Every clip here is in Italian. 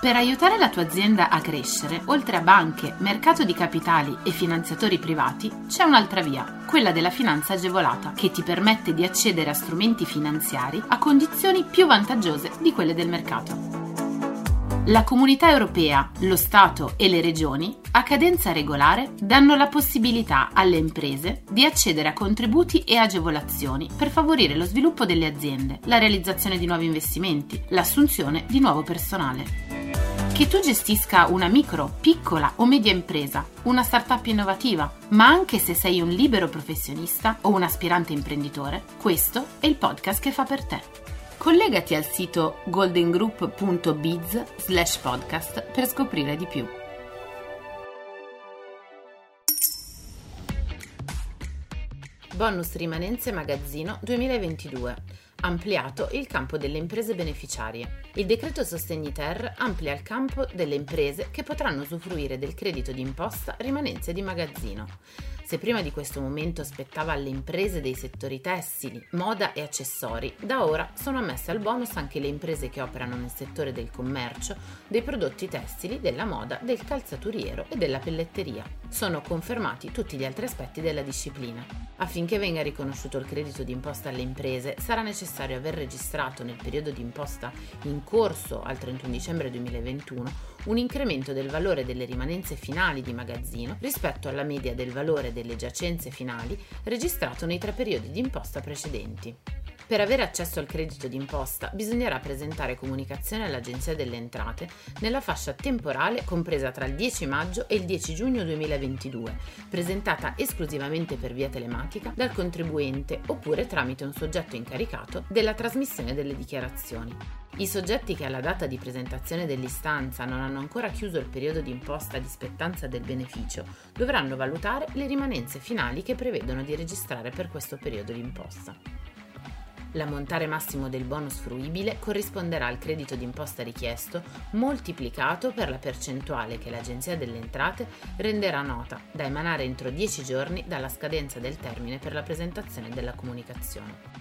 Per aiutare la tua azienda a crescere, oltre a banche, mercato di capitali e finanziatori privati, c'è un'altra via, quella della finanza agevolata, che ti permette di accedere a strumenti finanziari a condizioni più vantaggiose di quelle del mercato. La Comunità Europea, lo Stato e le Regioni, a cadenza regolare, danno la possibilità alle imprese di accedere a contributi e agevolazioni per favorire lo sviluppo delle aziende, la realizzazione di nuovi investimenti, l'assunzione di nuovo personale. Che tu gestisca una micro, piccola o media impresa, una startup innovativa, ma anche se sei un libero professionista o un aspirante imprenditore, questo è il podcast che fa per te. Collegati al sito goldengroup.biz/podcast per scoprire di più. Bonus rimanenze magazzino 2022. Ampliato il campo delle imprese beneficiarie. Il decreto Sostegni-ter amplia il campo delle imprese che potranno usufruire del credito d'imposta rimanenze di magazzino. Se prima di questo momento spettava alle imprese dei settori tessili, moda e accessori, da ora sono ammesse al bonus anche le imprese che operano nel settore del commercio, dei prodotti tessili, della moda, del calzaturiero e della pelletteria. Sono confermati tutti gli altri aspetti della disciplina. Affinché venga riconosciuto il credito d'imposta alle imprese, sarà necessario aver registrato nel periodo d'imposta in corso al 31 dicembre 2021 un incremento del valore delle rimanenze finali di magazzino rispetto alla media del valore delle giacenze finali registrato nei 3 periodi di imposta precedenti. Per avere accesso al credito d'imposta bisognerà presentare comunicazione all'Agenzia delle Entrate nella fascia temporale compresa tra il 10 maggio e il 10 giugno 2022, presentata esclusivamente per via telematica dal contribuente oppure tramite un soggetto incaricato della trasmissione delle dichiarazioni. I soggetti che alla data di presentazione dell'istanza non hanno ancora chiuso il periodo di imposta di spettanza del beneficio dovranno valutare le rimanenze finali che prevedono di registrare per questo periodo di imposta. L'ammontare massimo del bonus fruibile corrisponderà al credito d'imposta richiesto moltiplicato per la percentuale che l'Agenzia delle Entrate renderà nota, da emanare entro 10 giorni dalla scadenza del termine per la presentazione della comunicazione.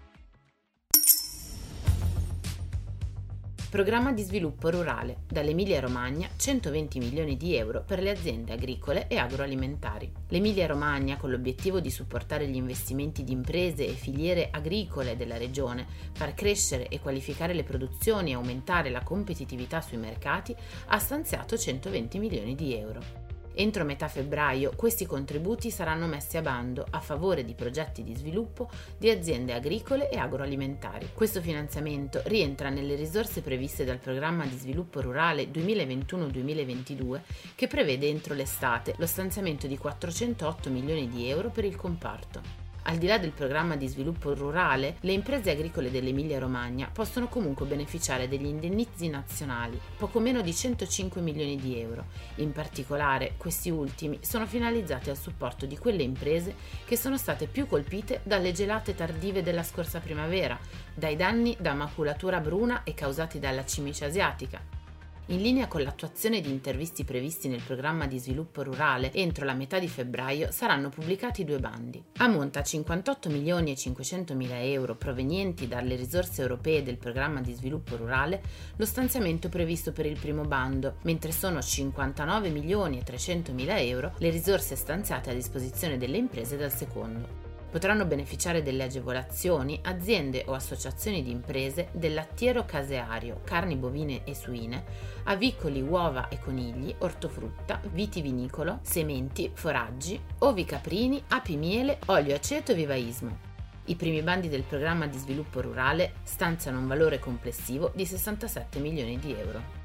Programma di sviluppo rurale. Dall'Emilia Romagna 120 milioni di euro per le aziende agricole e agroalimentari. L'Emilia Romagna, con l'obiettivo di supportare gli investimenti di imprese e filiere agricole della regione, far crescere e qualificare le produzioni e aumentare la competitività sui mercati, ha stanziato 120 milioni di euro. Entro metà febbraio questi contributi saranno messi a bando a favore di progetti di sviluppo di aziende agricole e agroalimentari. Questo finanziamento rientra nelle risorse previste dal programma di sviluppo rurale 2021-2022 che prevede entro l'estate lo stanziamento di 408 milioni di euro per il comparto. Al di là del programma di sviluppo rurale, le imprese agricole dell'Emilia-Romagna possono comunque beneficiare degli indennizzi nazionali, poco meno di 105 milioni di euro. In particolare, questi ultimi sono finalizzati al supporto di quelle imprese che sono state più colpite dalle gelate tardive della scorsa primavera, dai danni da maculatura bruna e causati dalla cimice asiatica. In linea con l'attuazione di intervisti previsti nel programma di sviluppo rurale, entro la metà di febbraio saranno pubblicati 2 bandi. Ammonta a 58 milioni e 500 mila euro provenienti dalle risorse europee del programma di sviluppo rurale lo stanziamento previsto per il primo bando, mentre sono 59 milioni e 300 mila euro le risorse stanziate a disposizione delle imprese dal secondo. Potranno beneficiare delle agevolazioni aziende o associazioni di imprese del lattiero caseario, carni bovine e suine, avicoli, uova e conigli, ortofrutta, vitivinicolo, sementi, foraggi, ovi caprini, api miele, olio aceto e vivaismo. I primi bandi del programma di sviluppo rurale stanziano un valore complessivo di 67 milioni di euro.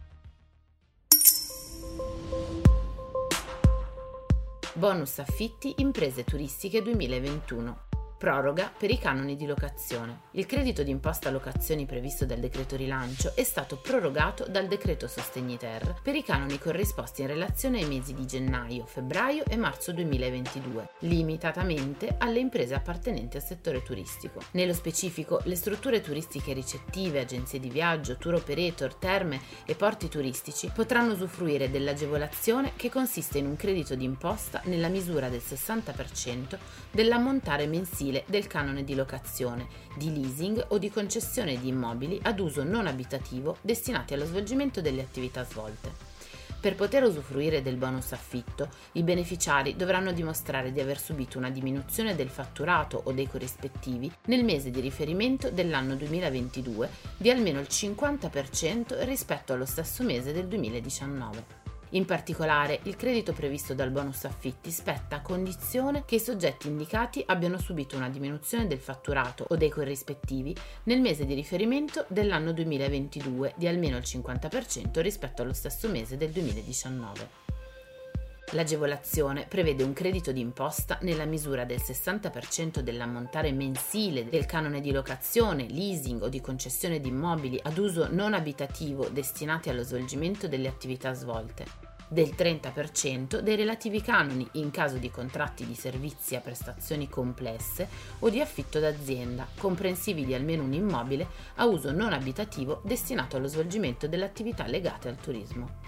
Bonus affitti imprese turistiche 2021. Proroga per i canoni di locazione. Il credito d'imposta locazioni previsto dal decreto rilancio è stato prorogato dal decreto Sostegni-ter per i canoni corrisposti in relazione ai mesi di gennaio, febbraio e marzo 2022, limitatamente alle imprese appartenenti al settore turistico. Nello specifico, le strutture turistiche ricettive, agenzie di viaggio, tour operator, terme e porti turistici potranno usufruire dell'agevolazione che consiste in un credito d'imposta nella misura del 60% dell'ammontare mensile mensile del canone di locazione, di leasing o di concessione di immobili ad uso non abitativo destinati allo svolgimento delle attività svolte. Per poter usufruire del bonus affitto, i beneficiari dovranno dimostrare di aver subito una diminuzione del fatturato o dei corrispettivi nel mese di riferimento dell'anno 2022 di almeno il 50% rispetto allo stesso mese del 2019. In particolare, il credito previsto dal bonus affitti spetta a condizione che i soggetti indicati abbiano subito una diminuzione del fatturato o dei corrispettivi nel mese di riferimento dell'anno 2022 di almeno il 50% rispetto allo stesso mese del 2019. L'agevolazione prevede un credito d'imposta nella misura del 60% dell'ammontare mensile del canone di locazione, leasing o di concessione di immobili ad uso non abitativo destinati allo svolgimento delle attività svolte, del 30% dei relativi canoni in caso di contratti di servizi a prestazioni complesse o di affitto d'azienda, comprensivi di almeno un immobile a uso non abitativo destinato allo svolgimento delle attività legate al turismo.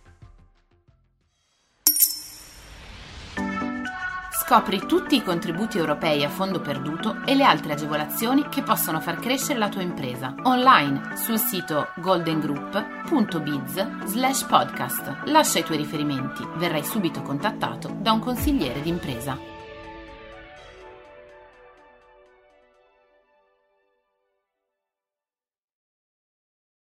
Scopri tutti i contributi europei a fondo perduto e le altre agevolazioni che possono far crescere la tua impresa online sul sito goldengroup.biz/podcast. Lascia i tuoi riferimenti, verrai subito contattato da un consigliere d'impresa.